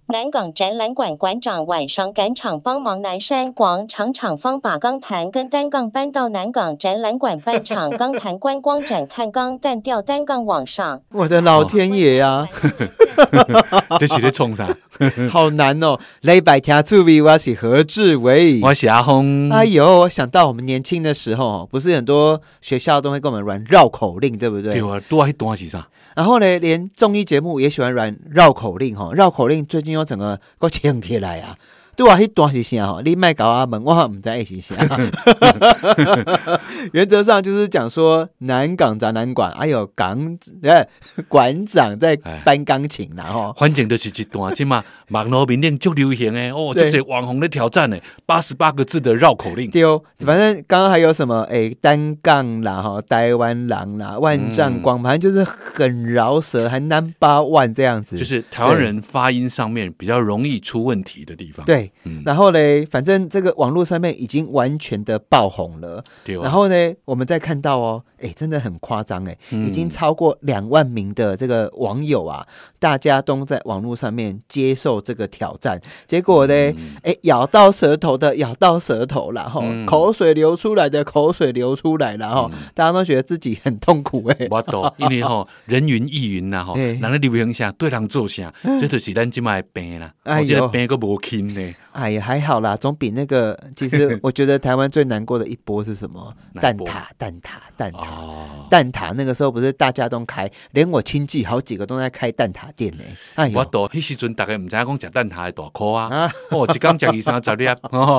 南港展览馆馆长晚上赶场帮忙南山广场厂方把钢弹跟单杠搬到南港展览馆办场，钢弹观光展看钢弹吊单杠往上。 我的老天爷啊！ 这是在冲啥？ 好难哦！礼拜听趣味，我是何志伟， 我是阿峰。 哎呦，我想到我们年轻的时候，不是很多学校都会跟我们玩绕口令，对不对？ 对啊，多一段是啥？ 然后呢，连综艺节目也喜欢玩绕口令哈。绕口令最近又整个给我请起来啊！对啊，那段是啥哈？你别搞我问，我不知道是啥。原则上就是讲说，南港展览馆还有馆长在搬钢琴啦哈。 反正就是一段，起码网络面顶最流行的哦，这些网红的挑战的88个字的绕口令。 对哦，反正刚刚还有什么单杠啦哈，台湾狼啦，万丈光，反正就是很饶舌，还 No.1 这样子， 就是台湾人发音上面比较容易出问题的地方。 对。然后呢，反正这个网络上面已经完全的爆红了。 对啊。 然后呢，我们再看到哦，真的很夸张已经超过2万名的这个网友啊，大家都在网络上面接受这个挑战。结果呢，咬到舌头的咬到舌头啦，口水流出来的口水流出来了大家都觉得自己很痛苦我懂，因为人云亦云啦人在流行啥对人做啥，这就是咱现在的病啦。这个病还没轻呢。 哎呀，还好啦，总比那个。其实我觉得台湾最难过的一波是什么？蛋挞。蛋挞那个时候不是大家都开，连我亲戚好几个都在开蛋挞店呢。哎， 我到那时阵大家不知道讲吃蛋挞的大块啊，一天吃2-3粒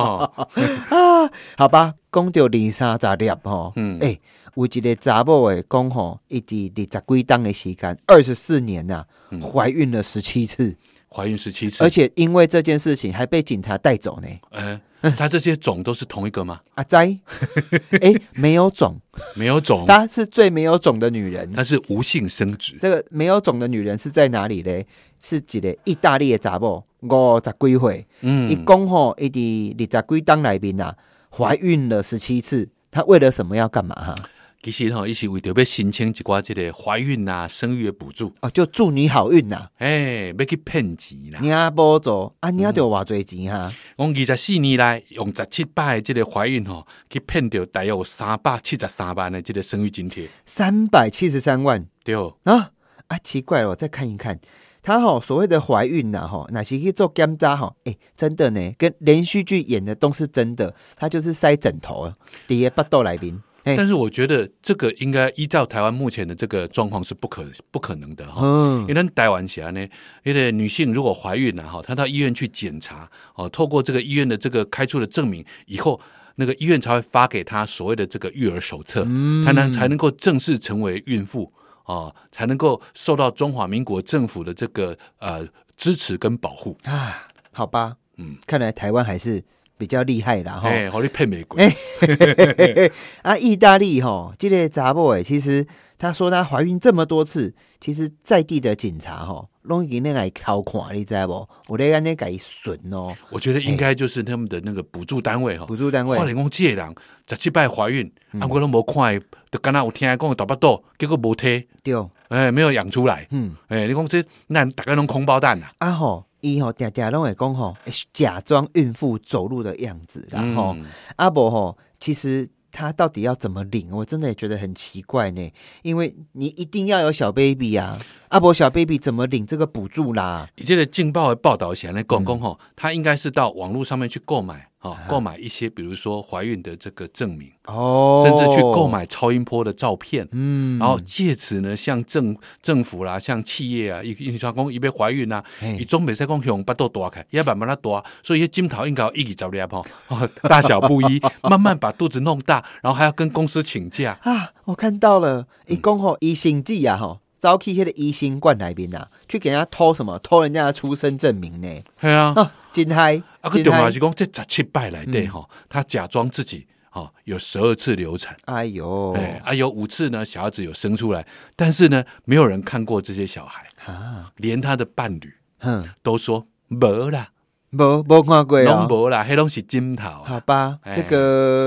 好吧，讲到2-3粒有一个查某的讲一直20几档的时间，24年呐，怀孕了17次。 怀孕17次， 而且因为这件事情还被警察带走呢。 他这些种都是同一个吗？ 在没有种， 没有种， 她是最没有种的女人， 她是无性生殖。 这个没有种的女人是在哪里呢？是一个意大利的查某，50几岁，一共一直20几档里面怀孕了17次。她为了什么要干嘛哈？ 其实他是为了要申请一寡这个怀孕啊、生育的补助就祝你好运呐！ 要去骗钱啦！ 你不做你要多少钱哈？ 我24年来用17摆的这个怀孕去骗到大约373万的这个生育津贴 ，373万。 对奇怪了，我再看一看。他所谓的怀孕那是去做检查真的呢，跟连续剧演的都是真的。他就是塞枕头在巴肚里面。 但是我觉得这个应该依照台湾目前的这个状况是不可能的因为台湾下呢，因为女性如果怀孕了她到医院去检查透过这个医院的这个开出的证明以后，那个医院才会发给她所谓的这个育儿手册，她才能够正式成为孕妇才能够受到中华民国政府的这个支持跟保护啊。好吧，看来台湾还是比较厉害啦好你骗美国意大利这个查某其实她说她怀孕这么多次，其实在地的警察都已经来偷看，你知道不？我在那给损我觉得应该就是他们的那个补助单位补助单位， 发现讲这个人17摆怀孕，我都没看，就刚刚有听讲大巴肚，结果没推， 对， 没有养出来，你讲这那大概拢空包蛋啦伊常常拢会讲假装孕妇走路的样子啦其实他到底要怎么领，我真的也觉得很奇怪呢。因为你一定要有小 baby 不小 baby 怎么领这个补助啦？ 以这个劲爆的报道显来讲他应该是到网络上面去购买一些比如说怀孕的这个证明甚至去购买超音波的照片然后借此呢向政府啦向企业啊因为说讲伊要怀孕啊伊总不可以说向巴肚大开要慢慢大，所以镜头应该有20粒大小不一慢慢把肚子弄大，然后还要跟公司请假我看到了他说医生记走去那个医生馆里面去给人家偷人家的出生证明呢。 对啊真嗨重要是说这17摆里面他假装自己有12次流产， 哎呦有5次呢小孩子有生出来，但是呢没有人看过这些小孩连他的伴侣都说没啦， 没看过拢没啦，那都是镜头好吧这个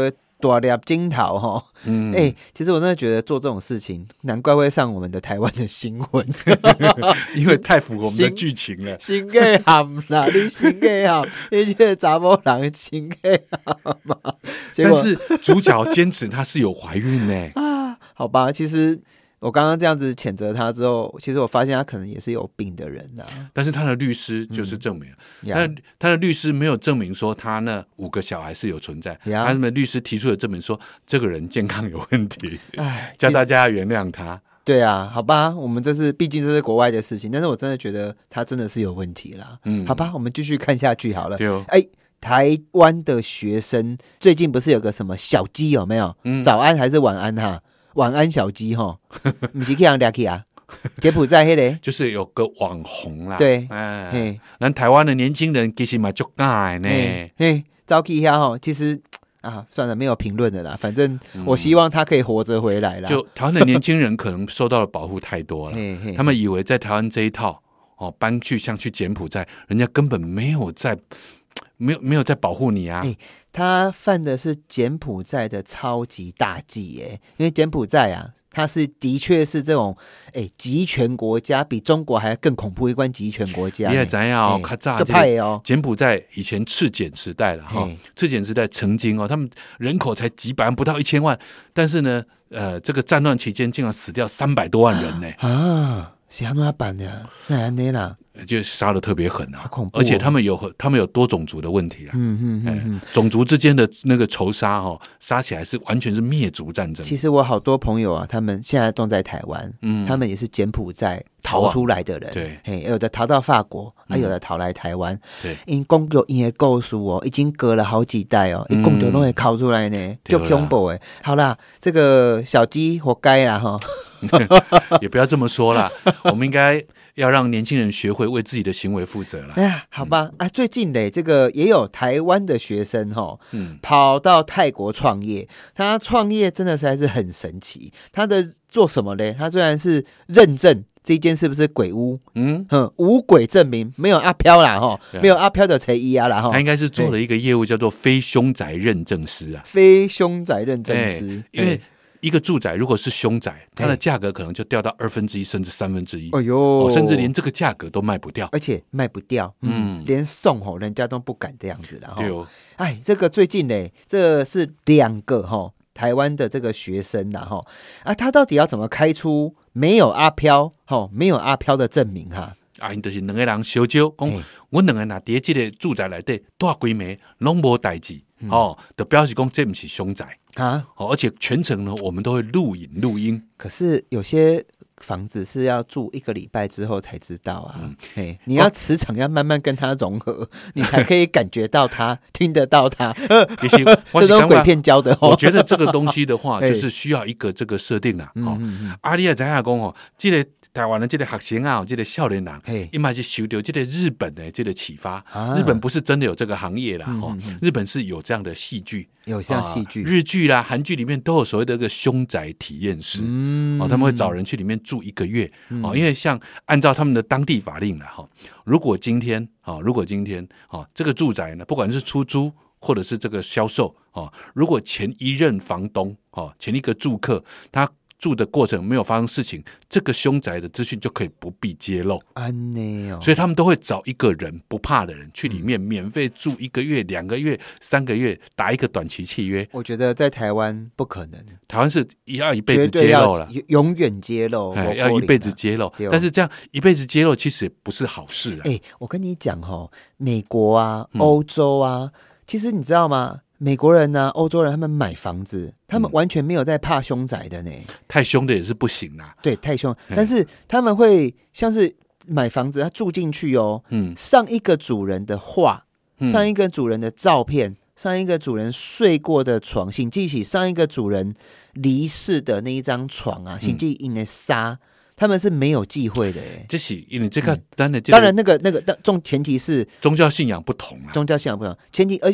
大粒金桃哈。其实我真的觉得做这种事情，难怪会上我们的台湾的新闻， 因为太符合我们的剧情了。 心计含啦，你心计含，你这个查某人心计含嘛？ 但是主角坚持她是有怀孕呢。 好吧，其实我刚刚这样子谴责他之后，其实我发现他可能也是有病的人啊。 但是他的律师就是证明了，他的律师没有证明说他那5个小孩是有存在，他们律师提出的证明说这个人健康有问题，叫大家原谅他。 对啊，好吧，我们毕竟这是国外的事情，但是我真的觉得他真的是有问题啦。好吧，我们继续看下去好了。台湾的学生最近不是有个什么小鸡有没有？早安还是晚安哈？晚安小鸡哈，不是去人抓去啊？柬埔寨那个就是有个网红啦， 对， 那台湾的年轻人其实蛮足敢的呢， 早起一下哈，其实算了，没有评论的啦，反正我希望他可以活着回来啦。 就台湾的年轻人可能受到的保护太多了，他们以为在台湾这一套搬去像去柬埔寨，人家根本没有在保护你啊。 他犯的是柬埔寨的超级大忌耶，因为柬埔寨啊，它的确是这种集权国家，比中国还更恐怖一关集权国家。 你也知道较早柬埔寨以前赤柬时代了哈，赤柬时代曾经他们人口才几百万，不到1000万，但是呢，这个战乱期间竟然死掉300多万人呢。 是怎么办的？那安尼啦， 就杀得特别狠啊， 恐怖而且他们有多种族的问题啊，种族之间的那个仇杀杀起来是完全是灭族战争。 其实我好多朋友啊，他们现在都在台湾，他们也是柬埔寨逃出来的人，对，有的逃到法国，有的逃来台湾，对，因公有因的故事已经隔了好几代一共就都会考出来呢，就恐怖哎。好啦，这个小鸡活该啦哈。 也不要这么说啦，我们应该要让年轻人学会为自己的行为负责啦。 好吧，最近这个也有台湾的学生跑到泰国创业，他创业真的实在是很神奇。他的做什么呢？他虽然是认证这间是不是鬼屋，无鬼证明，没有阿飘啦没有阿飘的才一啦他应该是做了一个业务叫做非凶宅认证师啊， 非凶宅认证师， 因为一个住宅如果是凶宅，它的价格可能就掉到1/2甚至1/3， 哎呦， 甚至连这个价格都卖不掉， 而且卖不掉，连送人家都不敢这样子了。对哦，这个最近呢，这是2个台湾的这个学生啦他到底要怎么开出没有阿飘没有阿飘的证明哈？ 因就是2个人相招，讲我2个人在这个住宅里底大规模拢无代志，就表示讲这不是凶宅。而且全程呢，我们都会录音。可是有些房子是要住1个礼拜之后才知道啊。你要磁场要慢慢跟它融合，你才可以感觉到它，听得到它。这种鬼片教的。 我觉得这个东西的话，就是需要一个这个设定啦。阿里也知影讲这个台湾的这个学生啊，这个少年人，他们是受到这个日本的这个启发。日本不是真的有这个行业啦，日本是有这样的戏剧， 有像戏剧， 日剧啦、韩剧里面都有所谓的一个凶宅体验师。他们会找人去里面住1个月。因为像按照他们的当地法令啦，如果今天这个住宅呢，不管是出租或者是这个销售，如果前一任房东前一个住客他住的过程没有发生事情，这个凶宅的资讯就可以不必揭露。所以他们都会找一个人不怕的人去里面免费住1个月、2个月、3个月，打一个短期契约。 我觉得在台湾不可能， 台湾是要一辈子揭露了， 永远揭露， 要一辈子揭露。但是这样一辈子揭露其实也不是好事啊。 我跟你讲美国啊、欧洲啊，其实你知道吗？美国人啊，欧洲人他们买房子，他们完全没有在怕凶宅的呢。 太凶的也是不行啦。 对，太凶，但是他们会像是买房子，他住进去上一个主人的画，上一个主人的照片，上一个主人睡过的床，请记起上一个主人离世的那一张床啊，请记因的沙。他们是没有忌讳的这是因为这个当然那个前提是宗教信仰不同啊， 宗教信仰不同前提，而且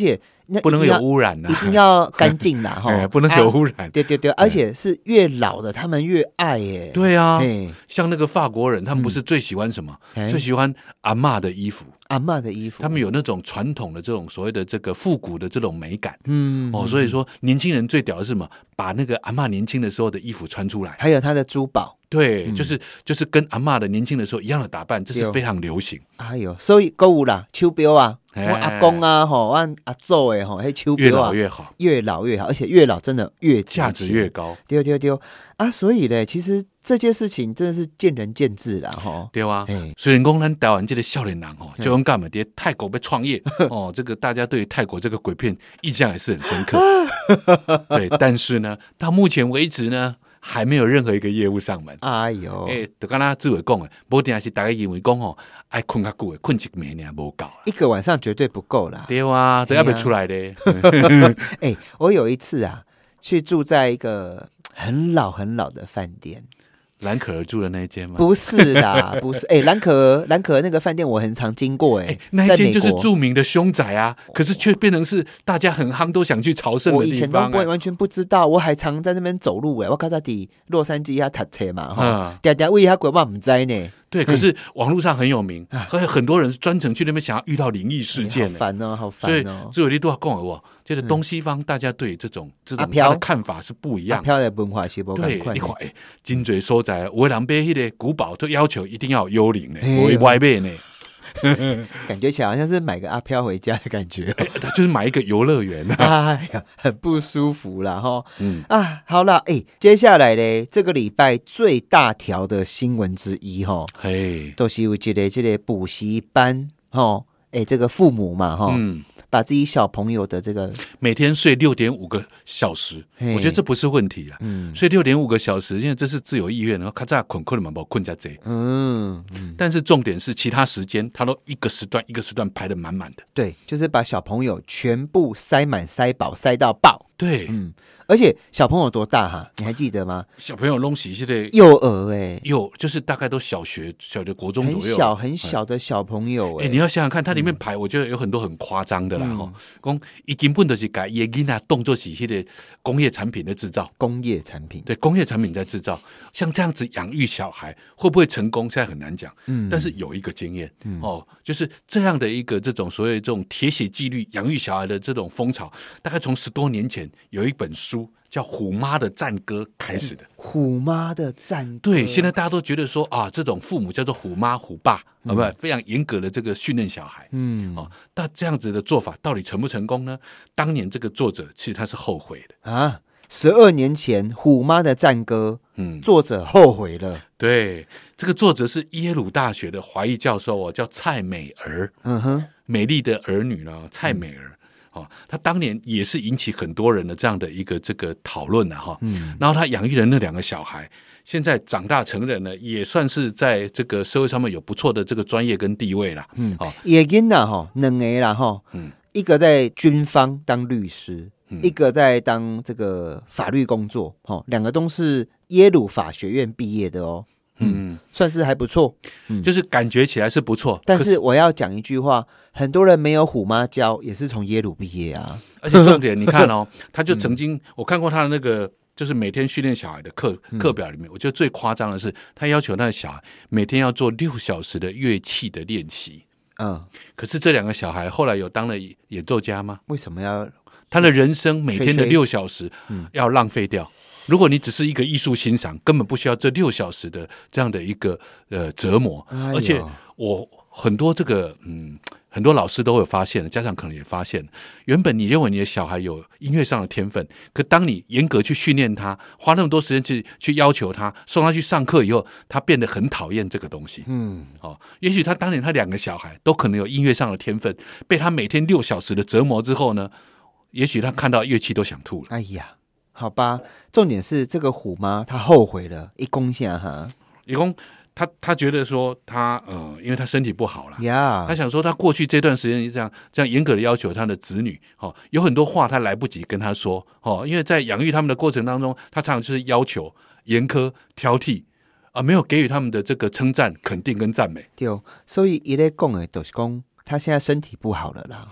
不能有污染一定要干净啦哈， 不能有污染。 对，而且是越老的他们越爱耶。 对啊，像那个法国人，他们不是最喜欢什么？最喜欢阿嬷的衣服。 阿嬷的衣服， 他们有那种传统的这种所谓的这个复古的这种美感，所以说年轻人最屌的是什么？把那个阿嬷年轻的时候的衣服穿出来， 还有他的珠宝， 对，就是跟阿嬷的年轻的时候一样的打扮，这是非常流行。 哎呦，所以购物啦，手表啊，我阿公啊，我阿祖的吼，手表啊， 越老越好， 越老越好，而且越老真的越价值越高。 对啊，所以咧，其实这件事情真的是见仁见智啦，吼。 对啊，虽然讲咱台湾这个少年人吼，就讲干嘛在泰国被创业这个大家对泰国这个鬼片印象还是很深刻。对，但是呢，到目前为止呢，还没有任何一个业务上门。 哎呦， 就跟他志伟讲的，不定是大家认为讲爱困较久的，困一暝呢无够， 一个晚上绝对不够啦。 对啊，都要不出来的。 我有一次啊，去住在一个很老的饭店。 蓝可儿住的那一间吗？ 不是啦，不是。蓝可儿那个饭店我很常经过那一间就是著名的凶宅啊，可是却变成是大家很夯都想去朝圣的地方。 我以前都完全不知道，我还常在那边走路我刚才在洛杉矶读册嘛哈，常常为他鬼我不知道呢。 对，可是网络上很有名，所以很多人专程去那边想要遇到灵异事件。 好烦哦，好烦哦。 所以你都要跟我就是东西方大家对这种他的看法是不一样。 阿飘的文化是不对，你看金嘴所在，有的人买那个古堡都要求一定要有幽灵呢，不会歪背呢。 感觉起来好像是买个阿飘回家的感觉， 他就是买一个游乐园哎呀，很不舒服啦哈。好啦，接下来呢，这个礼拜最大条的新闻之一哈，都是有这个补习班哈，这个父母嘛哈，把自己小朋友的这个每天睡6.5个小时，我觉得这不是问题啦。睡6.5个小时，因为这是自由意愿，然后咔嚓困嘛，不困在这。但是重点是其他时间，他都一个时段排得满满的。 对，就是把小朋友全部塞满、塞饱、塞到爆。 对， 而且小朋友多大哈？你还记得吗？ 小朋友弄洗现在幼儿就是大概都小学国中左右， 很小的小朋友你要想想看，它里面排，我觉得有很多很夸张的啦哈。讲伊根本就是改也囡仔动作是迄个工业产品的制造， 工业产品对工业产品在制造，像这样子养育小孩会不会成功，现在很难讲。但是有一个经验就是这样的一个这种所谓这种铁血纪律养育小孩的这种风潮，大概从10多年前有一本书叫《虎妈的战歌》开始的。 虎妈的战歌， 对，现在大家都觉得说这种父母叫做虎妈虎爸，非常严格的这个训练小孩。但这样子的做法到底成不成功呢？当年这个作者其实他是后悔的啊。12年前《虎妈的战歌》，作者后悔了。 对，这个作者是耶鲁大学的华裔教授叫蔡美儿。美丽的儿女呢，蔡美儿。他当年也是引起很多人的这样的一个这个讨论然后他养育的那2个小孩，现在长大成人了，也算是在这个社会上面有不错的这个专业跟地位啦。 也囡仔2个啦一个在军方当律师，一个在当这个法律工作，2个都是耶鲁法学院毕业的哦。算是还不错， 就是感觉起来是不错。 但是我要讲一句话，很多人没有虎妈教，也是从耶鲁毕业啊。 而且重点，你看他就曾经我看过他的那个，就是每天训练小孩的课表里面，我觉得最夸张的是，他要求那个小孩每天要做6小时的乐器的练习。可是这2个小孩后来有当了演奏家吗？ 为什么要？ 他的人生每天的6小时要浪费掉。如果你只是一个艺术欣赏，根本不需要这6小时的这样的一个折磨。而且我很多这个很多老师都有发现，家长可能也发现，原本你认为你的小孩有音乐上的天分，可当你严格去训练他，花那么多时间去要求他，送他去上课以后，他变得很讨厌这个东西。也许他当年他2个小孩都可能有音乐上的天分，被他每天6小时的折磨之后呢，也许他看到乐器都想吐了。 哎呀，好吧，重点是这个虎妈她后悔了，一公下哈， 一公他觉得说他因为他身体不好了，他想说他过去这段时间这样严格的要求他的子女，有很多话他来不及跟他说，因为在养育他们的过程当中，他常常就是要求、严苛、挑剔没有给予他们的这个称赞、肯定跟赞美。 对，所以他在讲的就是讲他现在身体不好了啦，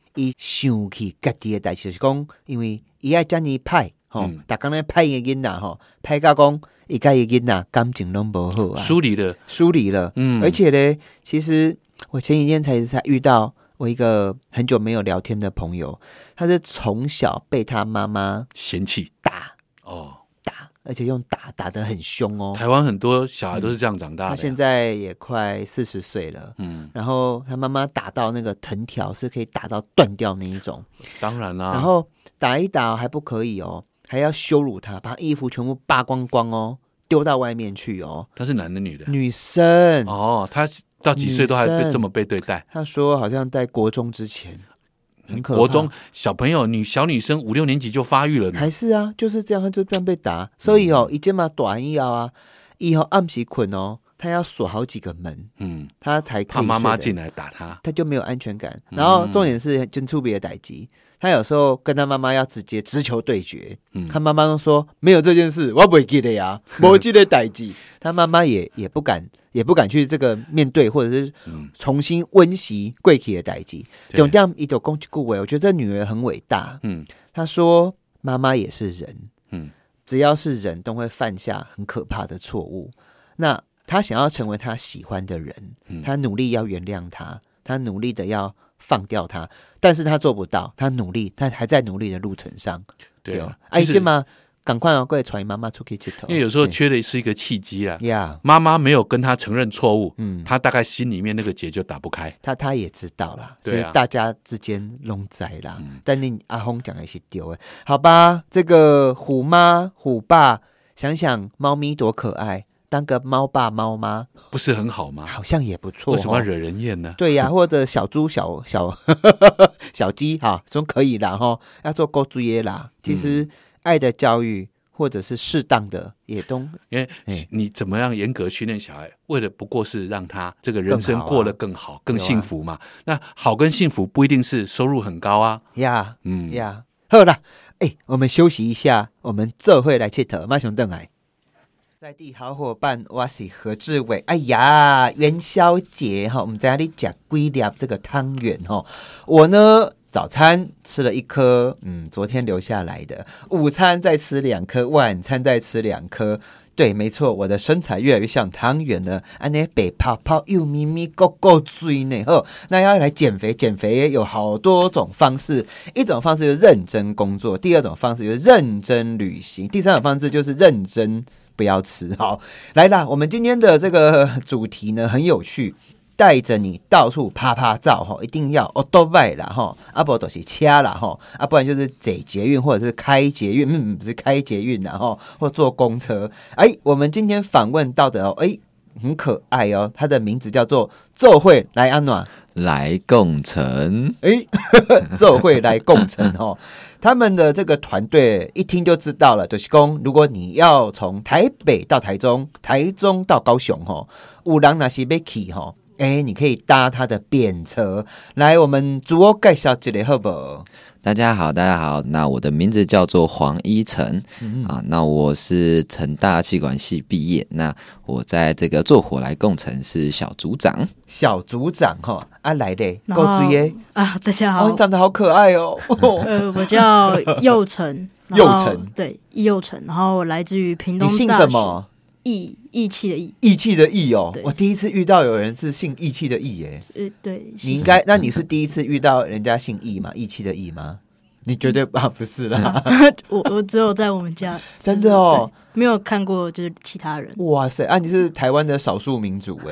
伊想起家己的代志，就是讲，因为伊爱遮尔歹吼，逐工咧歹伊囡仔吼，歹到讲伊甲伊囡仔感情拢无好啊，疏离了，而且咧，其实我前几天才遇到我一个很久没有聊天的朋友，他是从小被他妈妈嫌弃打，而且用打得很凶哦。 台湾很多小孩都是这样长大的。 他现在也快40岁了，然后他妈妈打到那个藤条是可以打到断掉那一种。 当然啦， 然后打一打还不可以哦，还要羞辱他，把衣服全部扒光光哦，丢到外面去哦。 他是男的女的？ 女生。 哦，他到几岁都还这么被对待？ 他说好像在国中之前。很可怕， 国中小朋友小女生5、6年级就发育了呢， 还是啊，就是这样，他就这样被打。所以哦，一件嘛短以后啊，以后暗时困哦，他要锁好几个门，他才可以怕妈妈进来打他， 他就没有安全感。然后重点是真出别的代志，他有时候跟他妈妈要直接直球对决，他妈妈都说没有这件事，我不会记得呀，没这个代志。他妈妈也不敢去这个面对，或者是重新温习过去的代志。重点他就说一句话，我觉得这女儿很伟大。她说妈妈也是人，只要是人都会犯下很可怕的错误。那她想要成为她喜欢的人，她努力要原谅她，她努力的要放掉她，但是她做不到，她还在努力的路程上。 对啊， 这嘛赶快过来传妈妈出去吃头， 因为有时候缺的是一个契机啊。 Yeah. 妈妈没有跟他承认错误，他大概心里面那个结就打不开。 他也知道啦， 对啊， 是大家之间弄在啦。但你阿轰讲的是丢好吧？这个虎妈虎爸，想想猫咪多可爱，当个猫爸猫妈不是很好吗？ 好像也不错， 为什么要惹人厌呢？ 对呀，或者小猪小鸡哈，总可以啦哈，要做狗追耶啦。其实爱的教育或者是适当的也都， 因为你怎么样严格训练小孩，为了不过是让他这个人生过得更好、更幸福嘛。那好跟幸福不一定是收入很高啊。 呀，好啦，我们休息一下，我们这会来切头，马上回来。在地好伙伴，我是何志伟。哎呀，元宵节哈，我们在那里讲龟粒这个汤圆哈。我呢，早餐吃了1颗，昨天留下来的。午餐再吃2颗，晚餐再吃2颗。对，没错，我的身材越来越像汤圆了，安尼白泡泡又咪咪够水呢。那要来减肥，减肥有好多种方式，一种方式就是认真工作，第二种方式就是认真旅行，第三种方式就是认真不要吃。好，来啦，我们今天的这个主题呢很有趣，带着你到处啪啪照，一定要多拜啦，啊不就是车啦，啊不然就是坐捷运或者是开捷运，不是开捷运啦，或坐公车。我们今天访问到的很可爱哦，他的名字叫做做会来安暖来共乘， 做会来共乘他们的这个团队一听就知道了，就是说如果你要从台北到台中，台中到高雄有人若是要去你可以搭他的便车来，我们自我介绍一下好不好？ 大家好，那我的名字叫做黄一成，那我是成大企管系毕业，那我在这个做火来共乘是小组长来的够追耶大家好， 你长得好可爱哦。 我叫佑成，对，佑成，然后我来自于屏东大学。 你姓什么？ 义气的义， 义气的义哦。我第一次遇到有人是姓义气的义耶。 对， 你应该，那你是第一次遇到人家姓义吗？义气的义吗？你绝对不是啦。 我只有在我们家， 真的哦， 没有看过就是其他人。 哇塞你是台湾的少数民族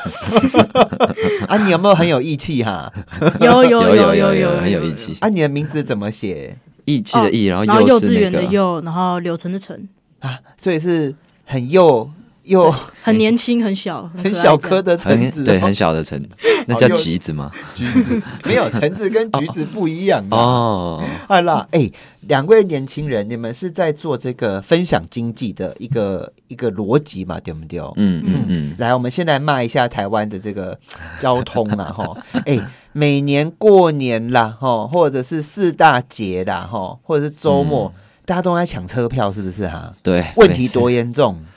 你有没有很有义气哈？ 有很有义气。 你的名字怎么写？ 义气的义，然后幼稚园的幼，然后柳橙的橙所以是很幼很年轻很小很小颗的橙子， 对，很小的橙，那叫橘子吗？ 橘子没有，橙子跟橘子不一样哦。 好啦两位年轻人，你们是在做这个分享经济的一个逻辑嘛，对不对？来，我们先来骂一下台湾的这个交通啦每年过年啦或者是4大节啦或者是周末大家都在抢车票，是不是哈？ 对， 问题多严重？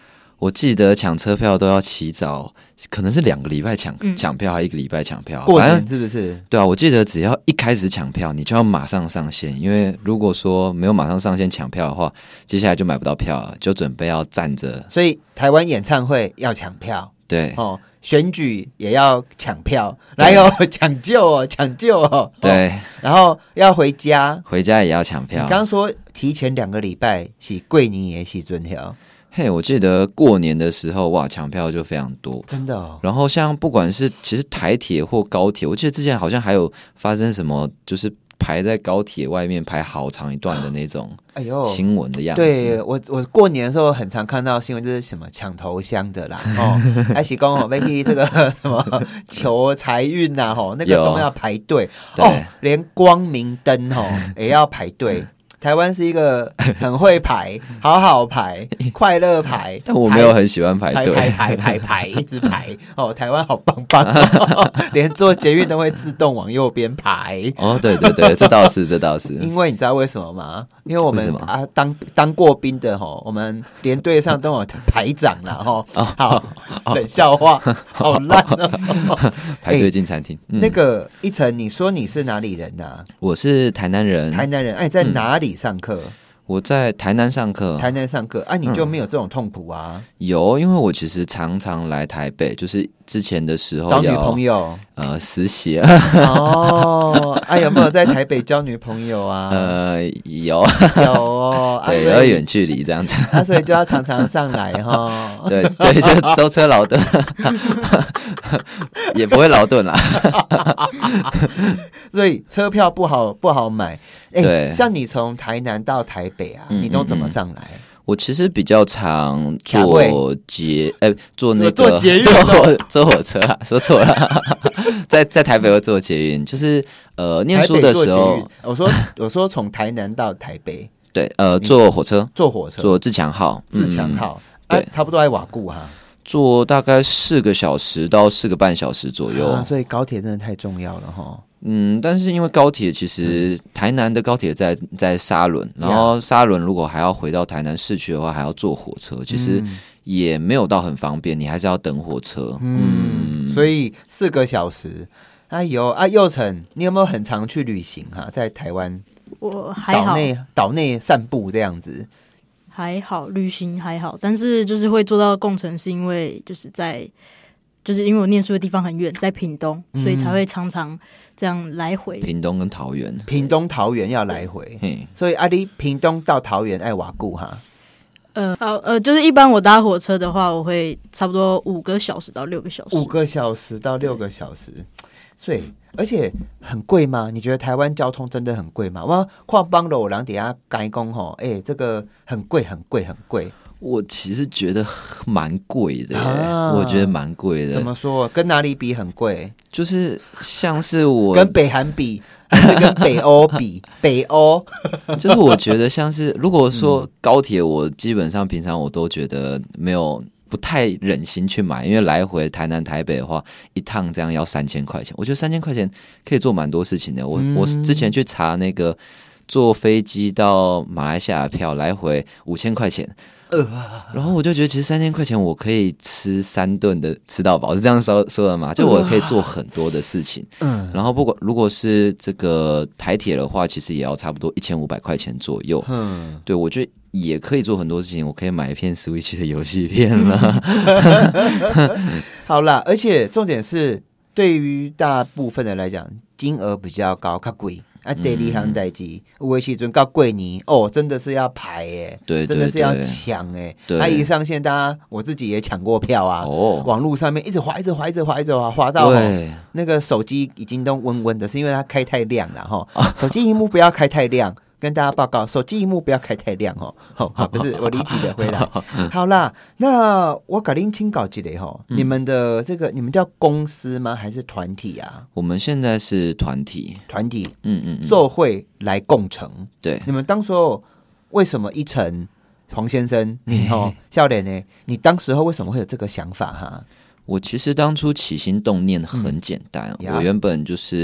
我记得抢车票都要起早，可能是2个礼拜抢票，还1个礼拜抢票。 过年是不是？ 对啊，我记得只要一开始抢票，你就要马上上线，因为如果说没有马上上线抢票的话，接下来就买不到票了，就准备要站着。 所以台湾演唱会要抢票， 对哦，选举也要抢票，来哦，抢救哦，抢救哦， 对， 然后要回家也要抢票。 你刚说提前2个礼拜是过年的时阵了。 嘿，我记得过年的时候，哇，抢票就非常多， 真的哦。 然后像不管是其实台铁或高铁，我记得之前好像还有发生什么，就是排在高铁外面排好长一段的那种新闻的样子。 对，我过年的时候很常看到新闻，就是什么抢头香的啦，还是讲要去这个什么求财运呐，那个都要排队哦，连光明灯也要排队。台湾是一个很会排、好好排、快乐排， 但我没有很喜欢排队， 排，一直排哦。台湾好棒棒，连坐捷运都会自动往右边排。 哦，对对对，这倒是。 因为你知道为什么吗？因为我们当过兵的我们连队上都有排长了好，冷笑话，好烂哦。 排队进餐厅。 那个一晨，你说你是哪里人啊？ 我是台南人。 哎，在哪里上课？ 我在台南上课。 你就没有这种痛苦啊？ 有，因为我其实常常来台北，就是之前的时候找女朋友实习哦。有没有在台北交女朋友啊？ 有哦， 对，要远距离这样子， 所以就要常常上来对，就舟车劳顿，也不会劳顿啦。 所以车票不好买。 对， 像你从台南到台北啊，你都怎么上来？ 我其实比较常坐那个坐火车啊，说错了，在台北会坐捷运，就是念书的时候， 我说从台南到台北， 对，坐火车，坐自强号， 对，差不多在瓦固哈， 坐大概4个小时到4个半小时左右， 所以高铁真的太重要了哈。 但是因为高铁其实台南的高铁在沙仑，然后沙仑如果还要回到台南市区的话，还要坐火车，其实也没有到很方便，你还是要等火车。 所以4个小时。佑成，你有没有很常去旅行在台湾？ 我还好， 岛内散步这样子。 还好，旅行还好，但是就是会做到共乘，是因为就是因为我念书的地方很远，在屏东，所以才会常常这样来回。 屏东跟桃园， 屏东桃园要来回，所以你屏东到桃园爱瓦固哈。 就是一般我搭火车的话，我会差不多5个小时到6个小时。 5个小时到6个小时，所以而且很贵吗？你觉得台湾交通真的很贵吗？我看帮了我人底下改工这个很贵。 我其实觉得蛮贵的我觉得蛮贵的。 怎么说？跟哪里比很贵？ 就是像是我跟北韩比，还是跟北欧比？北欧就是我觉得像是如果说高铁，我基本上平常我都觉得不太忍心去买，因为来回台南台北的话，一趟这样要3000块钱。我觉得3000块钱可以做蛮多事情的。我之前去查那个坐飞机到马来西亚的票，来回5000块钱。然后我就觉得其实3000块钱我可以吃3顿的吃到饱，是这样说的吗？就我可以做很多的事情。然后如果是这个台铁的话，其实也要差不多1500块钱左右。对，我觉得也可以做很多事情，我可以买一片 Switch 的游戏片了。 好啦，而且重点是对于大部分的来讲，金额比较高，较贵。第二项代志，有的时阵到过年真的是要排对， 真的是要抢一上线，大家我自己也抢过票啊。网络上面一直滑到那个手机已经都温温的，是因为它开太亮了手机萤幕不要开太亮。跟大家报告，手机萤幕不要开太亮不是我离题的回来。好啦，那我给您请教一下你们的你们叫公司吗？还是团体啊？ 我们现在是团体， 做会来共乘。 对， 你们当时候为什么一晨黄先生你笑脸呢？你当时候为什么会有这个想法哈？ 我其实当初起心动念很简单，我原本就是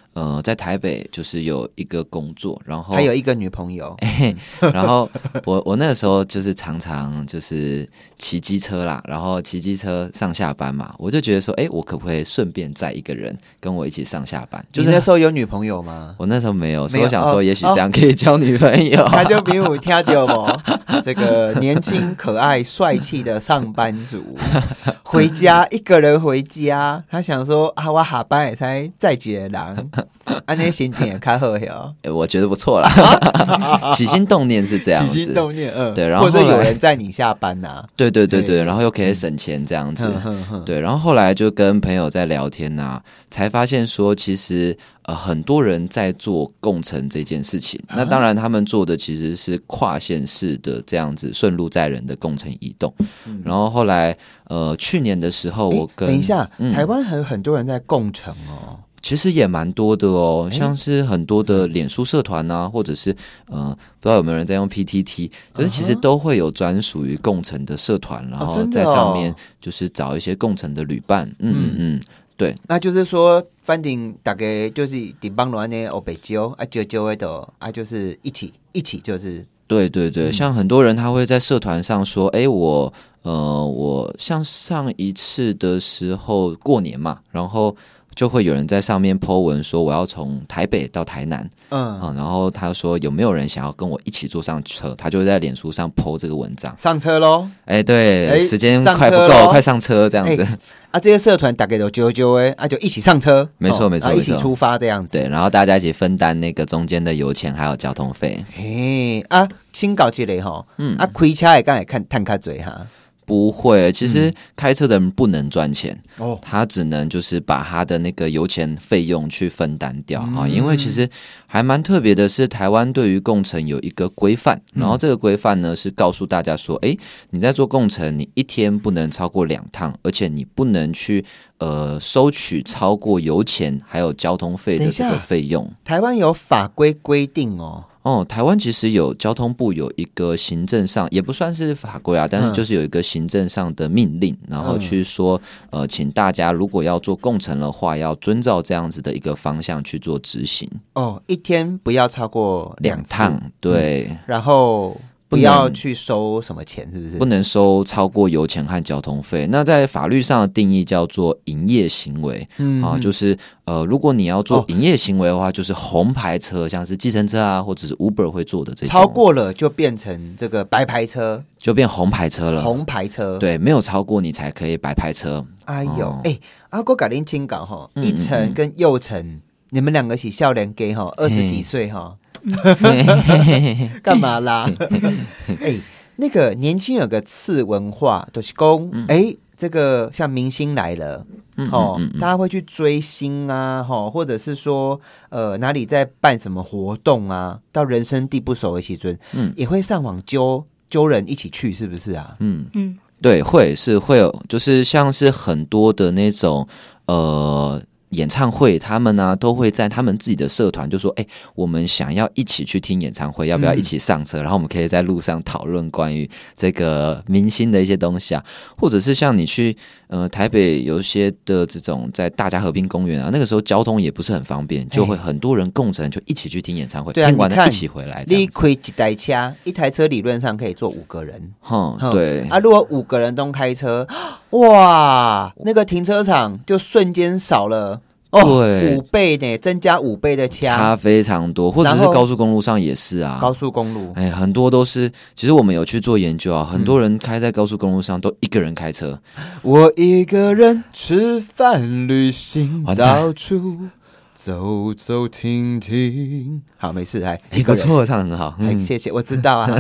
在台北就是有一个工作，然后还有一个女朋友， 然后我那个时候就是常常就是骑机车啦，然后骑机车上下班嘛，我就觉得说，我可不可以顺便载一个人跟我一起上下班？就是你那时候有女朋友吗？ 我那时候没有，所以我想说，也许这样可以交女朋友。 他就比我听到不？这个年轻可爱帅气的上班族回家一个人回家，他想说啊，我下班也才载几个人，安那心情也较好哟。 我觉得不错啦，起心动念是这样子， 起心动念， 对，然后或者有人载你下班呐， 对，然后又可以省钱这样子，对，然后后来就跟朋友在聊天呐，才发现说其实。很多人在做共乘这件事情，那当然他们做的其实是跨县市的这样子顺路载人的共乘移动。然后后来去年的时候，我跟等一下，台湾还有很多人在共乘哦。 其实也蛮多的哦，像是很多的脸书社团啊，或者是不知道有没有人在用 PTT， 就是其实都会有专属于共乘的社团，然后在上面就是找一些共乘的旅伴，对， 那就是说，反正大概就是地方乱的欧北椒啊，椒的啊，就是一起就是对，像很多人他会在社团上说，我像上一次的时候过年嘛，然后就会有人在上面 po 文说我要从台北到台南，然后他说有没有人想要跟我一起坐上车，他就在脸书上 po 这个文章， 上车咯， 对，时间快不够，快上车这样子。 这些社团大概都揪就一起上车， 没错， 一起出发这样子。 对，然后大家一起分担那个中间的油钱还有交通费。 请搞这类哈，开车也刚才看探卡嘴哈。 不会，其实开车的人不能赚钱，他只能就是把他的那个油钱费用去分担掉啊。因为其实还蛮特别的是，台湾对于共乘有一个规范，然后这个规范呢是告诉大家说，你在做共乘，你一天不能超过2趟，而且你不能去收取超过油钱还有交通费的这个费用。 台湾有法规规定台湾其实有交通部有一个行政上也不算是法规啊，但是就是有一个行政上的命令，然后去说请大家如果要做共乘的话，要遵照这样子的一个方向去做执行。 一天不要超过2 趟，对， 然后不要去收什么钱，是不是？ 不能收超过油钱和交通费。那在法律上的定义叫做营业行为，就是如果你要做营业行为的话，就是红牌车，像是计程车啊，或者是 Uber 会做的这种， 超过了就变成这个白牌车， 就变红牌车了。 红牌车， 对，没有超过你才可以白牌车。 哎呦，我改您请讲哈，一成跟右成，你们两个是少年家哈，20几岁哈。干嘛啦？那个年轻有个次文化，就是说，这个像明星来了，大家会去追星啊，或者是说，哪里在办什么活动啊，到人生地不熟的时候，也会上网揪人一起去，是不是啊？ 对，会有，就是像是很多的那种演唱会，他们呢都会在他们自己的社团就说，我们想要一起去听演唱会，要不要一起上车？然后我们可以在路上讨论关于这个明星的一些东西啊，或者是像你去台北有一些的这种在大家河滨公园啊，那个时候交通也不是很方便，就会很多人共乘就一起去听演唱会，听完了一起回来。 你开一台车理论上可以坐5个人， 对啊，如果5个人都开车，哇，那个停车场就瞬间少了。 对 ，5倍呢，增加5倍的差非常多，或者是高速公路上也是啊。 高速公路， 很多都是，其实我们有去做研究啊，很多人开在高速公路上都一个人开车。 我一个人吃饭旅行，到处走走停停。好，没事， 不错，唱得很好， 谢谢，我知道啊。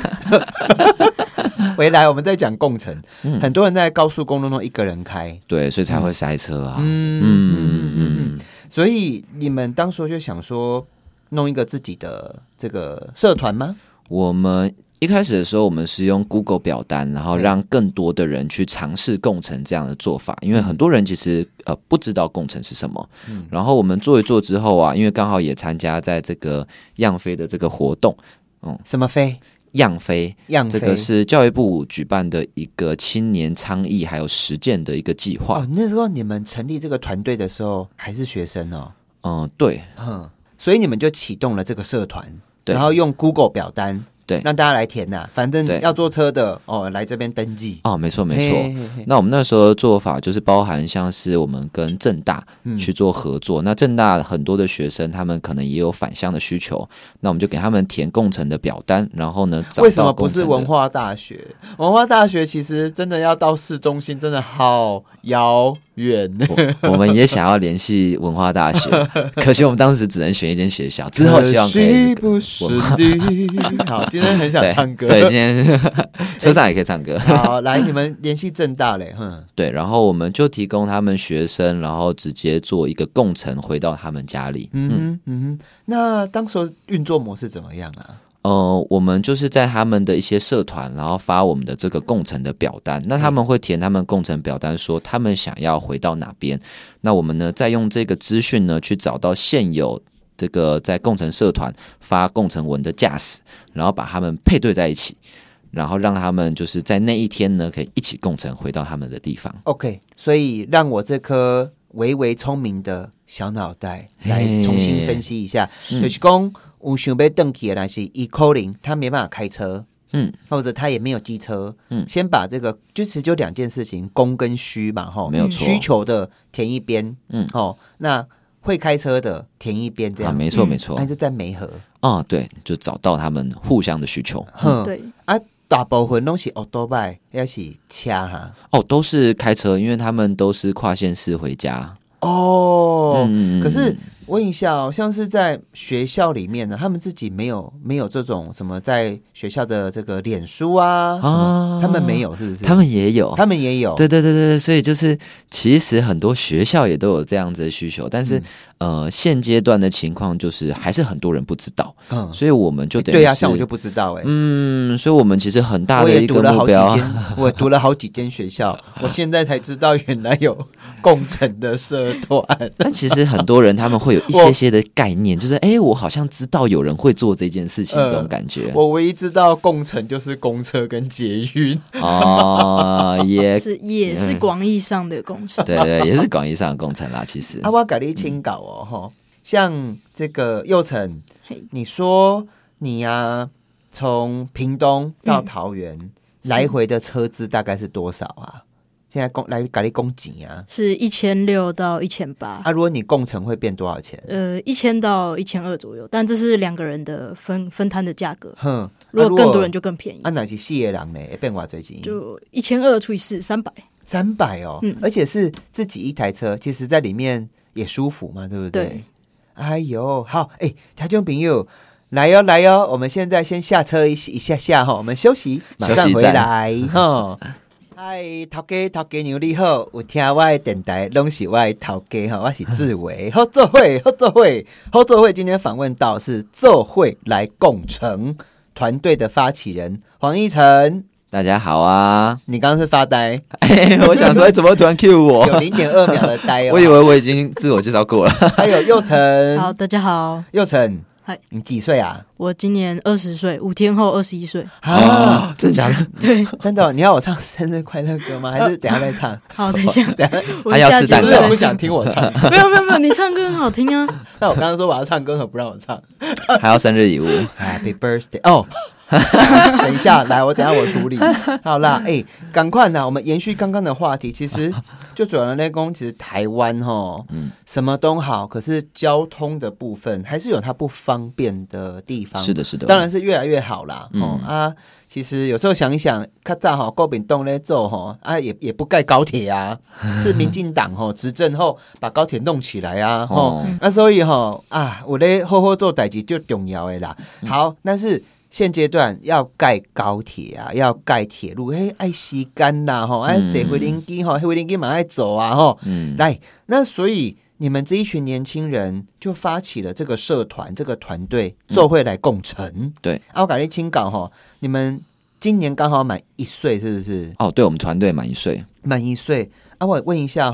回来，我们在讲共乘，很多人在高速公路中一个人开， 对，所以才会塞车啊。 所以你们当初就想说弄一个自己的这个社团吗？ 我们一开始的时候，我们是用 Google 表单，然后让更多的人去尝试共乘这样的做法，因为很多人其实不知道共乘是什么。然后我们做一做之后啊，因为刚好也参加在这个样飞的这个活动， 什么飞？ 样飞，这个是教育部举办的一个青年倡议还有实践的一个计划。 那时候你们成立这个团队的时候还是学生哦？ 对， 所以你们就启动了这个社团， 对， 然后用 Google 表单。 对， 让大家来填呐，反正要坐车的来这边登记。 没错没错。那我们那时候的做法就是包含像是我们跟政大去做合作，那政大很多的学生他们可能也有返乡的需求，那我们就给他们填共乘的表单，然后呢找到为什么不是文化大学？文化大学其实真的要到市中心，真的好遥远。 我们也想要联系文化大学，可惜我们当时只能选一间学校，之后希望可以。 不是的。好，今天很想唱歌。 对，今天车上也可以唱歌。 好，来，你们联系政大嘞。 对，然后我们就提供他们学生，然后直接做一个共乘回到他们家里。 那当时运作模式怎么样啊？ 我们就是在他们的一些社团，然后发我们的这个共乘的表单，那他们会填他们共乘表单，说他们想要回到哪边，那我们呢再用这个资讯呢去找到现有这个在共乘社团发共乘文的驾驶，然后把他们配对在一起，然后让他们就是在那一天呢可以一起共乘回到他们的地方。 OK， 所以让我这颗微微聪明的小脑袋来重新分析一下，就是说有想要回去的，但是他可能他没办法开车，或者他也没有机车，先把这个就两件事情，供跟需嘛， 没有错， 需求的填一边，那会开车的填一边，这样， 没错没错， 那就在媒合， 对，就找到他们互相的需求， 对啊。大部分都是奥拜，也是车哈。 都是开车，因为他们都是跨县市回家。 可是问一下像是在学校里面呢，他们自己没有这种什么在学校的这个脸书啊，他们没有是不是？ 他们也有，对对对对，所以就是其实很多学校也都有这样子的需求，但是现阶段的情况就是还是很多人不知道，所以我们就等于是对啊，像我就不知道所以我们其实很大的一个目标， 我读了好几间学校，我现在才知道原来有共乘的社团。 但其实很多人他们会有一些的概念，就是我好像知道有人会做这件事情，这种感觉。 我唯一知道共乘就是公车跟捷运也是广义上的共乘， 对对，也是广义上的共乘啦。其实我给你请教像这个佑成，你说你啊从屏东到桃园来回的车资大概是多少啊？现在来给你供几啊？ 是1600到1800。 如果你共乘会变多少钱 ？1000到1200左右，但这是2个人的分摊的价格。如果更多人就更便宜。 那是4个人呢，会变多少钱？ 就1200除以4，300。 300哦，而且是自己一台车，其实在里面也舒服嘛，对不对？ 对。 哎呦，好，听众朋友。来哟来哟，我们现在先下车一下我们休息，马上回来嗨，头家娘你好，有听我的电台拢是我的头家我是志伟。好做会，今天访问到是做会来共乘团队的发起人黄一成。 大家好啊！ 你刚刚是发呆？ 我想说，怎么突然 cue 我？ 有0.2秒的呆我以为我已经自我介绍过了。 还有佑成， 好，大家好， 佑成。你几岁啊？ 我今年20岁，5天后21岁。 真的假的？ 对， 真的。你要我唱生日快乐歌吗？还是等一下再唱？ 好，等一下， 他要吃蛋糕， 不想听我唱。 没有，你唱歌很好听啊。 那我刚刚说我要唱歌，可不让我唱。 还要生日礼物 ，Happy Birthday 哦。等一下，来，等一下我处理。好啦，赶快啦，我们延续刚刚的话题。其实就主要来讲，其实台湾什么都好，可是交通的部分还是有它不方便的地方。 是的，是的， 当然是越来越好啦。其实有时候想一想，较早国民党在做也不盖高铁啊，是民进党执政后把高铁弄起来啊。所以我咧好好做代志就重要的啦。好，但是现阶段要盖高铁啊，要盖铁路，爱时间啦，坐飞机飞机马上走啊，来，那所以你们这一群年轻人就发起了这个社团，这个团队做会来共乘。 对， 我赶紧请稿你们今年刚好满1岁，是不是？ 对，我们团队满1岁。 满1岁我问一下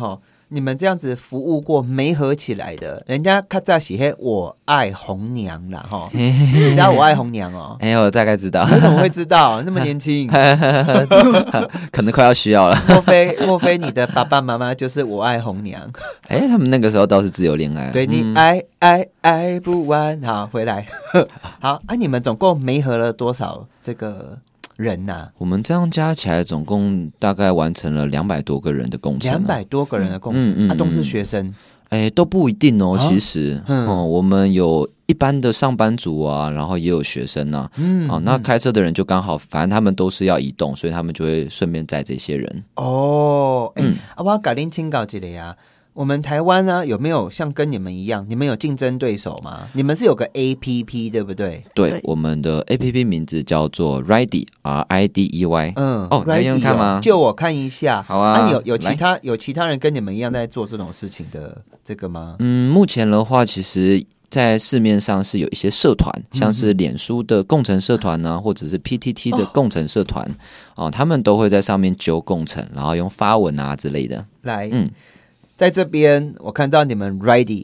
你们这样子服务过媒合起来的，人家看在写黑我爱红娘啦哈，你知道我爱红娘哦？ 我大概知道。 你怎么会知道？那么年轻， 可能快要需要了。 莫非你的爸爸妈妈就是我爱红娘？ 他们那个时候倒是自由恋爱。 对你爱不完。好，回来。好啊，你们总共媒合了多少这个人呐？ 我们这样加起来，总共大概完成了200多个人的工程。 200多个人的工程，都是学生。 都不一定哦。其实，我们有一般的上班族啊，然后也有学生啊。那开车的人就刚好，反正他们都是要移动，所以他们就会顺便载这些人。 我要改您请教一下呀。我们台湾呢，有没有像跟你们一样，你们有竞争对手吗？你们是有个 APP 对不对？ 对，我们的 APP 名字叫做 Ridey RIDEY。来用看吗？ 就我看一下。 好啊。 有其他人跟你们一样在做这种事情的这个吗？ 目前的话，其实在市面上是有一些社团，像是脸书的共乘社团啊，或者是 PTT 的共乘社团他们都会在上面揪共乘，然后用发文啊之类的。 来，在这边我看到你们 Ridey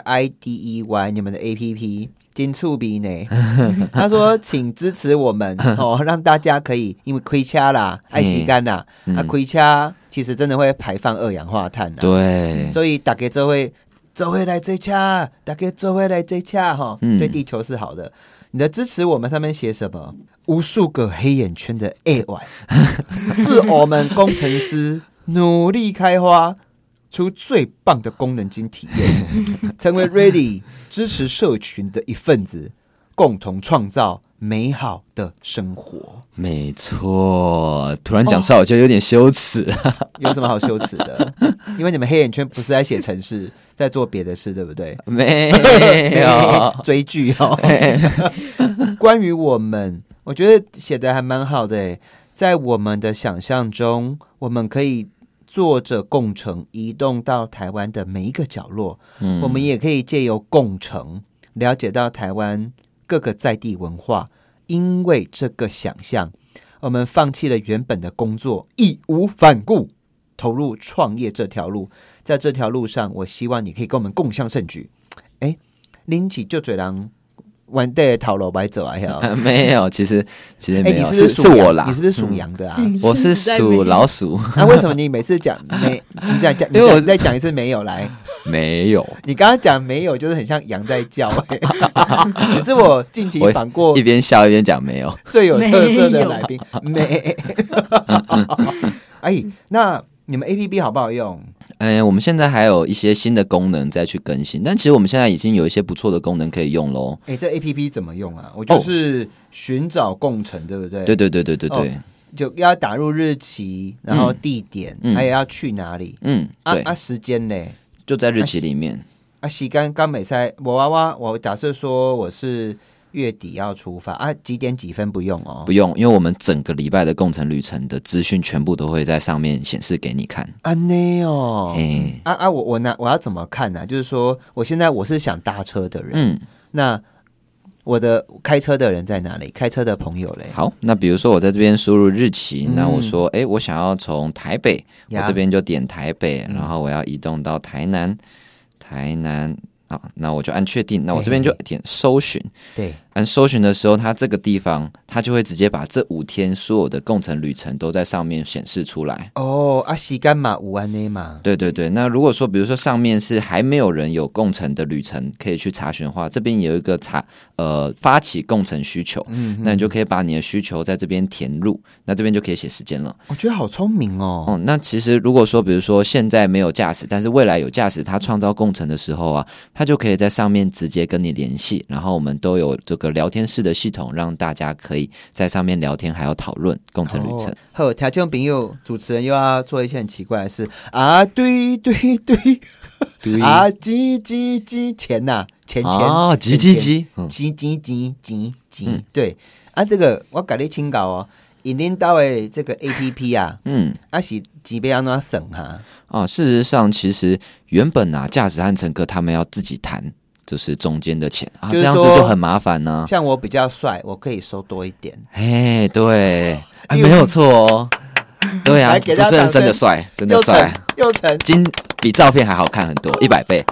RIDEY 你们的 APP 金触笔呢，他说请支持我们让大家可以，因为开车啦爱洗干啦，开车其实真的会排放二氧化碳对， 所以大家就会走回来这车，大家走回来这车对地球是好的。你的支持我们上面写什么？无数个黑眼圈的爱玩是我们工程师努力开发出最棒的功能及体验，成为 Ridey 支持社群的一份子，共同创造美好的生活。 没错，突然讲出来我觉得有点羞耻。 有什么好羞耻的？因为你们黑眼圈不是在写程式，在做别的事，对不对？ 没有追剧关于我们，我觉得写的还蛮好的。在我们的想象中，我们可以坐着共乘移动到台湾的每一个角落，我们也可以借由共乘了解到台湾各个在地文化。因为这个想象，我们放弃了原本的工作，义无反顾投入创业这条路。在这条路上，我希望你可以跟我们共襄盛举。拎起就嘴狼玩的讨楼白走啊！ 没有，其实没有， 是我啦。 你是不是属羊的啊？ 我是属老鼠。 那为什么你每次讲没？你再讲一次没有来？ 没有。 你刚刚讲没有，就是很像羊在叫。你是我近期访过一边笑一边讲没有最有特色的来宾。没。那你们 APP 好不好用？ 我们现在还有一些新的功能再去更新，但其实我们现在已经有一些不错的功能可以用咯。 这 APP 怎么用啊？我就是寻找共乘，对不对？ 对。 就要打入日期，然后地点，还有要去哪里。对。时间呢？ 就在日期里面。 时间刚没赛，我假设说我是月底要出发几点几分不用哦？ 不用，因为我们整个礼拜的共乘旅程的资讯全部都会在上面显示给你看。 我要怎么看呢？就是说，我现在我是想搭车的人，那我的开车的人在哪里？开车的朋友嘞？ 好，那比如说我在这边输入日期，那我说，我想要从台北，我这边就点台北，然后我要移动到台南。那我就按确定，那我这边就点搜寻。 对， 按搜寻的时候，它这个地方它就会直接把这5天所有的共乘旅程都在上面显示出来。 时间嘛有安内嘛。 对。那如果说比如说上面是还没有人有共乘的旅程可以去查询的话，这边有一个发起共乘需求，那你就可以把你的需求在这边填入，那这边就可以写时间了。 我觉得好聪明哦。 那其实如果说比如说现在没有驾驶，但是未来有驾驶，他创造共乘的时候啊，他就可以在上面直接跟你联系，然后我们都有这个聊天室的系统，让大家可以在上面聊天，还有讨论共乘旅程。 好，听众朋友，主持人又要做一些很奇怪的事对鸡钱呐，钱鸡对这个我给你请教哦。引领到的这个 APP 是几倍要怎省哈？ 事实上，其实原本驾驶和乘客他们要自己谈，就是中间的钱这样子就很麻烦呢。 像我比较帅，我可以收多一点。 对，没有错哦。对啊，主持人真的帅，真的帅。 又成比照片还好看很多，100倍。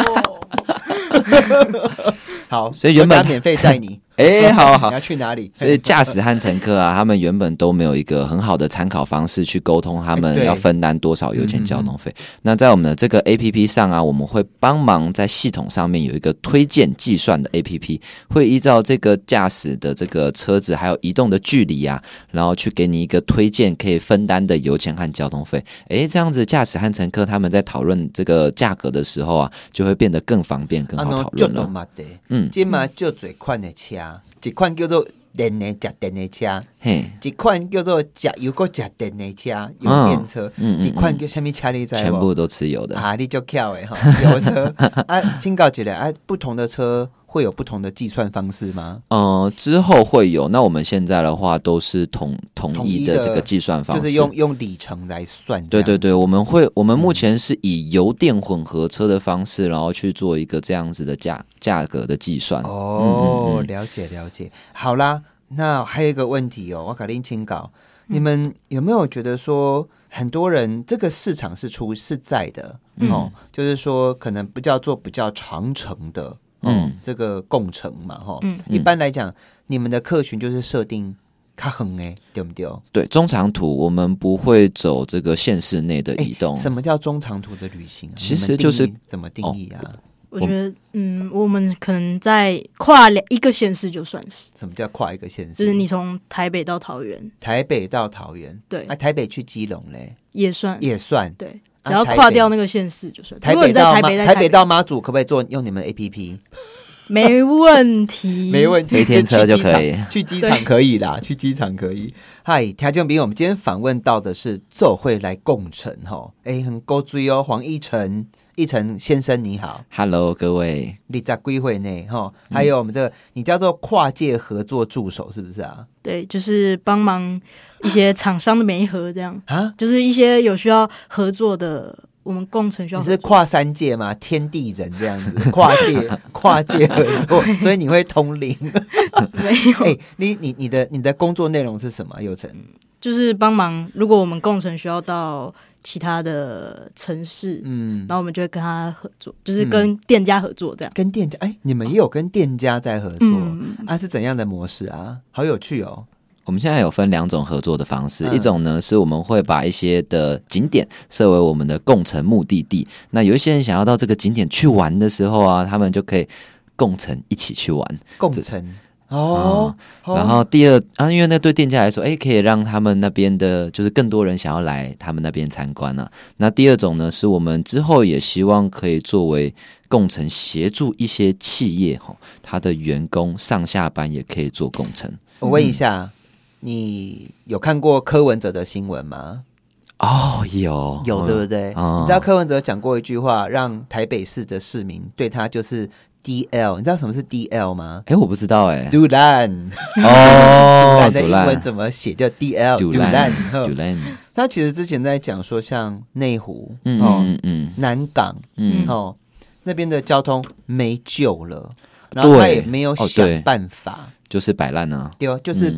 好， 所以原本免费载你。 好， 你要去哪里？ 所以驾驶和乘客啊，他们原本都没有一个很好的参考方式去沟通他们要分担多少油钱交通费。那在我们的这个 APP 上啊，我们会帮忙在系统上面有一个推荐计算的 APP， 会依照这个驾驶的这个车子还有移动的距离啊，然后去给你一个推荐可以分担的油钱和交通费。这样子驾驶和乘客他们在讨论这个价格的时候啊，就会变得更方便、更好讨论了。 今嘛就最款的车。一款叫做电的吃电的车，一款叫做吃油搁吃电的车，油电车，一款叫什么车你知道？ 全部都吃油的啊！你就巧的油车啊，请教一下不同的车会有不同的计算方式吗？ 之后会有。那我们现在的话都是统一的这个计算方式， 就是用里程来算。 对，我们目前是以油电混合车的方式，然后去做一个这样子的价格的计算。 了解。好啦，那还有一个问题我跟您请教，你们有没有觉得说，很多人这个市场是在的，就是说可能不叫做比较长程的。这个共乘嘛，一般来讲，你们的客群就是设定较远对不对？ 对，中长途我们不会走这个县市内的移动。 什么叫中长途的旅行其实就是怎么定义啊？ 我觉得，我们可能在跨一个县市就算是。 什么叫跨一个县市？ 就是你从台北到桃园。 对，台北去基隆嘞，也算。 对。只要跨掉那个县市就算。如果你在台北到马祖，可不可以用你们 APP？ 没问题， 每天车就可以。 去机场可以啦，去机场可以。嗨，听众朋友，我们今天访问到的是奏会来共乘很高追黄奕晨先生你好 ，Hello 各位， 你在归会内还有我们这个你叫做跨界合作助手是不是啊？ 对，就是帮忙一些厂商的媒合这样啊，就是一些有需要合作的，我们共乘需要合作。 你是跨3界吗？天地人这样子，跨界合作，所以你会通灵？ 没有。 你的工作内容是什么？佑成就是帮忙，如果我们共乘需要到其他的城市，然后我们就会跟他合作，就是跟店家合作这样。 跟店家，你们也有跟店家在合作是怎样的模式啊？好有趣哦。 我们现在有分2种合作的方式，一种呢是我们会把一些的景点设为我们的共乘目的地，那有一些人想要到这个景点去玩的时候啊，他们就可以共乘一起去玩。 共乘然后第二因为那对店家来说，可以让他们那边的，就是更多人想要来他们那边参观啊。那第二种呢，是我们之后也希望可以作为共乘，协助一些企业他的员工上下班也可以做共乘。 我问一下，你有看过柯文哲的新闻吗？ 有对不对？你知道柯文哲讲过一句话，让台北市的市民对他就是DL， 你知道什么是 DL 吗？ 我不知道杜兰杜兰的英文怎么写？叫 DL 杜兰。他其实之前在讲说，像内湖南港那边的交通没救了，然后他也没有想办法， 就是摆烂啊， 对，就是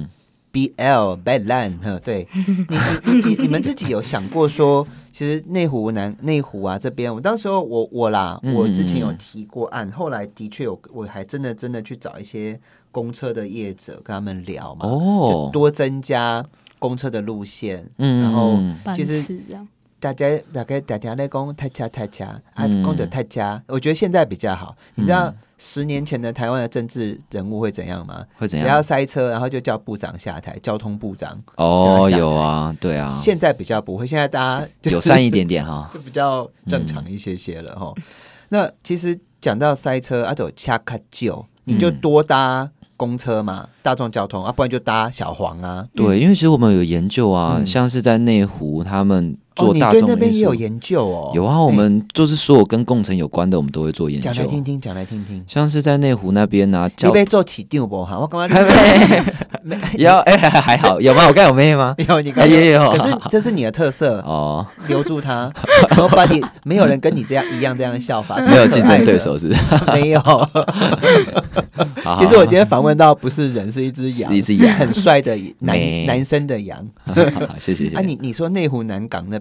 BL 摆烂。对，你们自己有想过说，其实内湖啊这边，我当时候我之前有提过案，后来的确我还真的去找一些公车的业者跟他们聊嘛，就多增加公车的路线，然后其实大家在讲太掐讲的太掐，我觉得现在比较好。你知道10年前的台湾的政治人物会怎样吗？ 会怎样？ 只要塞车，然后就叫部长下台，交通部长。 有啊，对啊。 现在比较不会，现在大家友善一点点就比较正常一些了那其实讲到塞车就掐卡旧，你就多搭公车嘛，大众交通不然就搭小黄啊。 对，因为其实我们有研究像是在内湖他们做大众你对那边也有研究有啊，我们就是所有跟共乘有关的，我们都会做研究。 讲来听听。 像是在内湖那边啊， 你要做市长不？我刚刚还好，有吗？我刚有妹吗？ 有，你刚也有。 可是这是你的特色留住他，然后把你没有人跟你这样效法， 没有竞争对手是没有。其实我今天访问到不是人，是一只羊，很帅的男生的羊。 谢谢。 你说内湖南港那边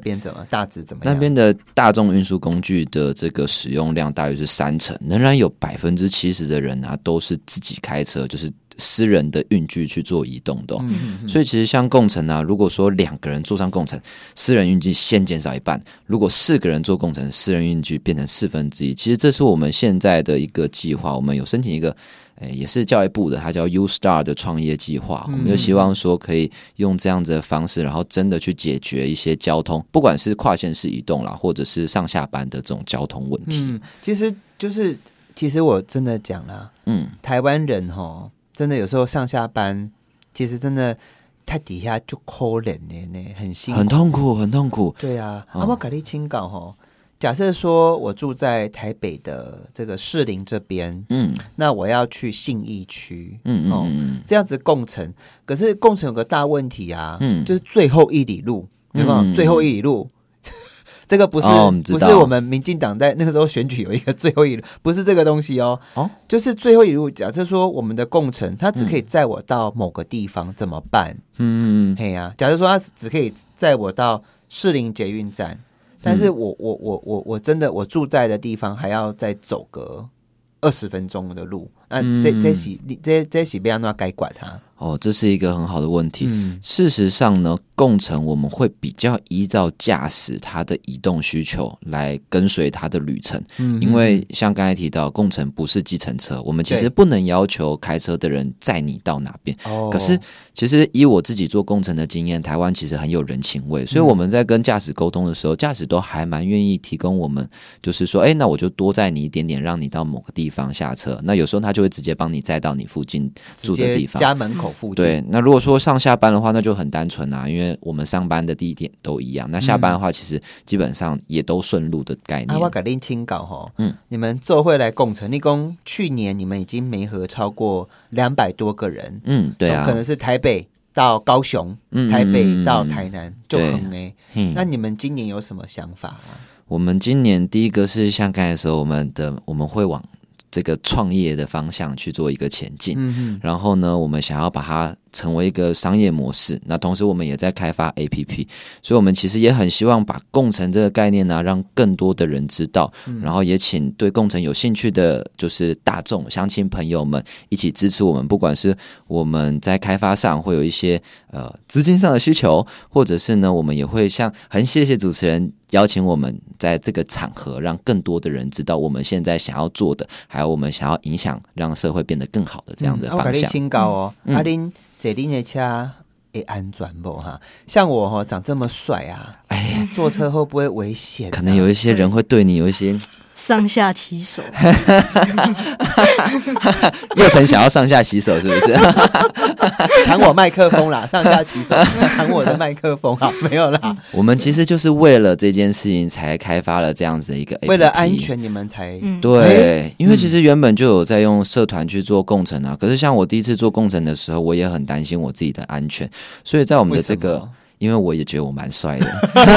边怎么大致怎么样？ 那边的大众运输工具的这个使用量大约是30%，仍然有70%的人啊都是自己开车，就是私人的运具去做移动的所以其实像共乘啊，如果说2个人坐上共乘，私人运具先减少一半；如果4个人坐共乘，私人运具变成1/4。其实这是我们现在的一个计划，我们有申请一个也是教育部的，它叫 U-Star 的创业计划。我们就希望说可以用这样子的方式，然后真的去解决一些交通，不管是跨县市移动啦，或者是上下班的这种交通问题。 其实我真的讲啦，台湾人真的有时候上下班，其实真的太底下就可怜呢，很辛苦， 很痛苦。 对啊，我跟你请教假设说我住在台北的这个士林这边，那我要去信义区，这样子共乘，可是共乘有个大问题啊，就是最后1里路，有没有？最后1里路。这个不是我们民进党在那个时候选举有一个最后1里路，不是这个东西就是最后1里路。假设说我们的共乘，它只可以载我到某个地方，怎么办？嘿呀，假设说它只可以载我到士林捷运站，但是我真的我住在的地方还要再走个20分钟的路，那这是要怎么改管它？ 这是一个很好的问题。事实上呢，共乘我们会比较依照驾驶他的移动需求来跟随他的旅程，因为像刚才提到，共乘不是计程车，我们其实不能要求开车的人载你到哪边。可是其实以我自己做共乘的经验，台湾其实很有人情味，所以我们在跟驾驶沟通的时候，驾驶都还蛮愿意提供我们，就是说，那我就多载你一点点，让你到某个地方下车。那有时候他就会直接帮你载到你附近住的地方， 家门口附近。 对，那如果说上下班的话，那就很单纯啊，因为我们上班的地点都一样。那下班的话，其实基本上也都顺路的概念。 我跟你请教你们做会来共乘，你说去年你们已经媒合超过200多个人， 对啊， 可能是台北到高雄，台北到台南，就很那你们今年有什么想法啊？ 我们今年第一个是像刚才说，我们会往这个创业的方向去做一个前进，然后呢，我们想要把它成为一个商业模式。那同时我们也在开发 APP， 所以我们其实也很希望把共乘这个概念呢，让更多的人知道，然后也请对共乘有兴趣的就是大众乡亲朋友们一起支持我们，不管是我们在开发上会有一些资金上的需求，或者是呢，我们也会很谢谢主持人邀请我们在这个场合让更多的人知道我们现在想要做的，还有我们想要影响让社会变得更好的这样的方向。 我跟你请教恁坐恁的车会安全不哈？像我长这么帅啊，坐车会不会危险？ 可能有一些人会对你有一些上下其手。 佑成想要上下其手是不是？ 抢我麦克风啦，上下其手抢我的麦克风好，没有啦。 我们其实就是为了这件事情才开发了这样子的一个 APP， 为了安全你们才对，因为其实原本就有在用社团去做共乘啊，可是像我第一次做共乘的时候，我也很担心我自己的安全，所以在我们的这个，因为我也觉得我蛮帅的。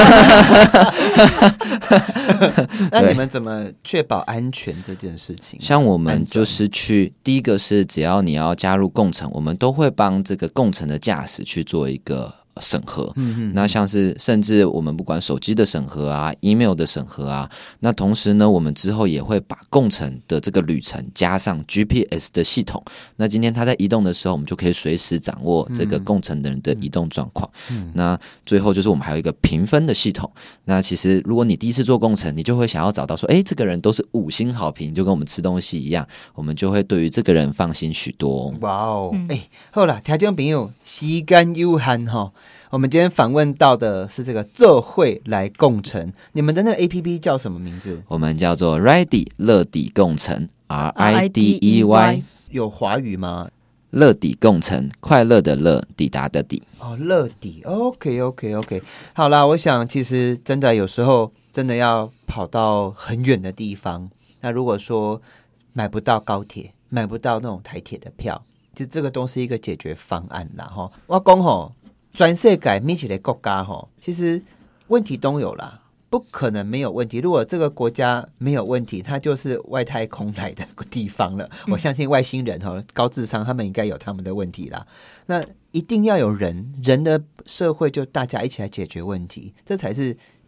那你们怎么确保安全这件事情？ 像我们就是第一个是只要你要加入共乘，我们都会帮这个共乘的驾驶去做一个审核。那像是甚至我们不管手机的审核啊 email 的审核啊，那同时呢我们之后也会把共乘的这个旅程加上 GPS 的系统，那今天他在移动的时候，我们就可以随时掌握这个共乘的人的移动状况。那最后就是我们还有一个评分的系统，那其实如果你第一次做共乘，你就会想要找到说这个人都是5星好评，就跟我们吃东西一样，我们就会对于这个人放心许多。 哇哦，好啦，听众朋友时间有限我们今天访问到的是这个做会来共乘，你们的那个 APP 叫什么名字？ 我们叫做 Ridey 乐抵共乘 RIDEY， 有华语吗？ 乐抵共乘，快乐的乐，抵达的抵。 乐抵 OK， 好啦，我想其实真的有时候真的要跑到很远的地方，那如果说买不到高铁，买不到那种台铁的票，其实这个都是一个解决方案啦。我说全世界每一个国家其实问题都有啦，不可能没有问题。如果这个国家没有问题，它就是外太空来的地方了。我相信外星人高智商，他们应该有他们的问题啦。那一定要有人的社会，就大家一起来解决问题，这才是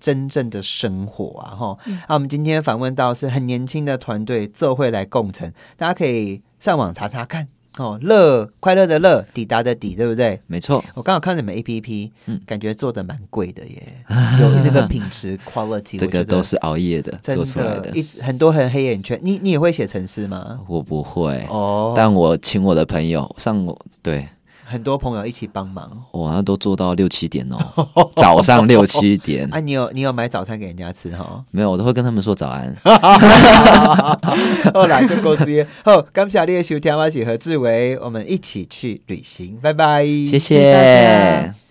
真正的生活啊齁。我们今天访问到是很年轻的团队做会来共成，大家可以上网查查看乐，快乐的乐，抵达的抵，对不对？ 没错。 我刚好看你们 APP，感觉做的蛮贵的耶，有那个品质 quality， 这个都是熬夜的做出来的， 很多很黑眼圈。你也会写程式吗？ 我不会但我请我的朋友对。 很多朋友一起帮忙， 那都做到6、7点早上6、7点。 你有买早餐给人家吃没有，我都会跟他们说早安。 好啦，就够注好，感谢你的收听，我是何志伟，我们一起去旅行，拜拜， 谢谢大家。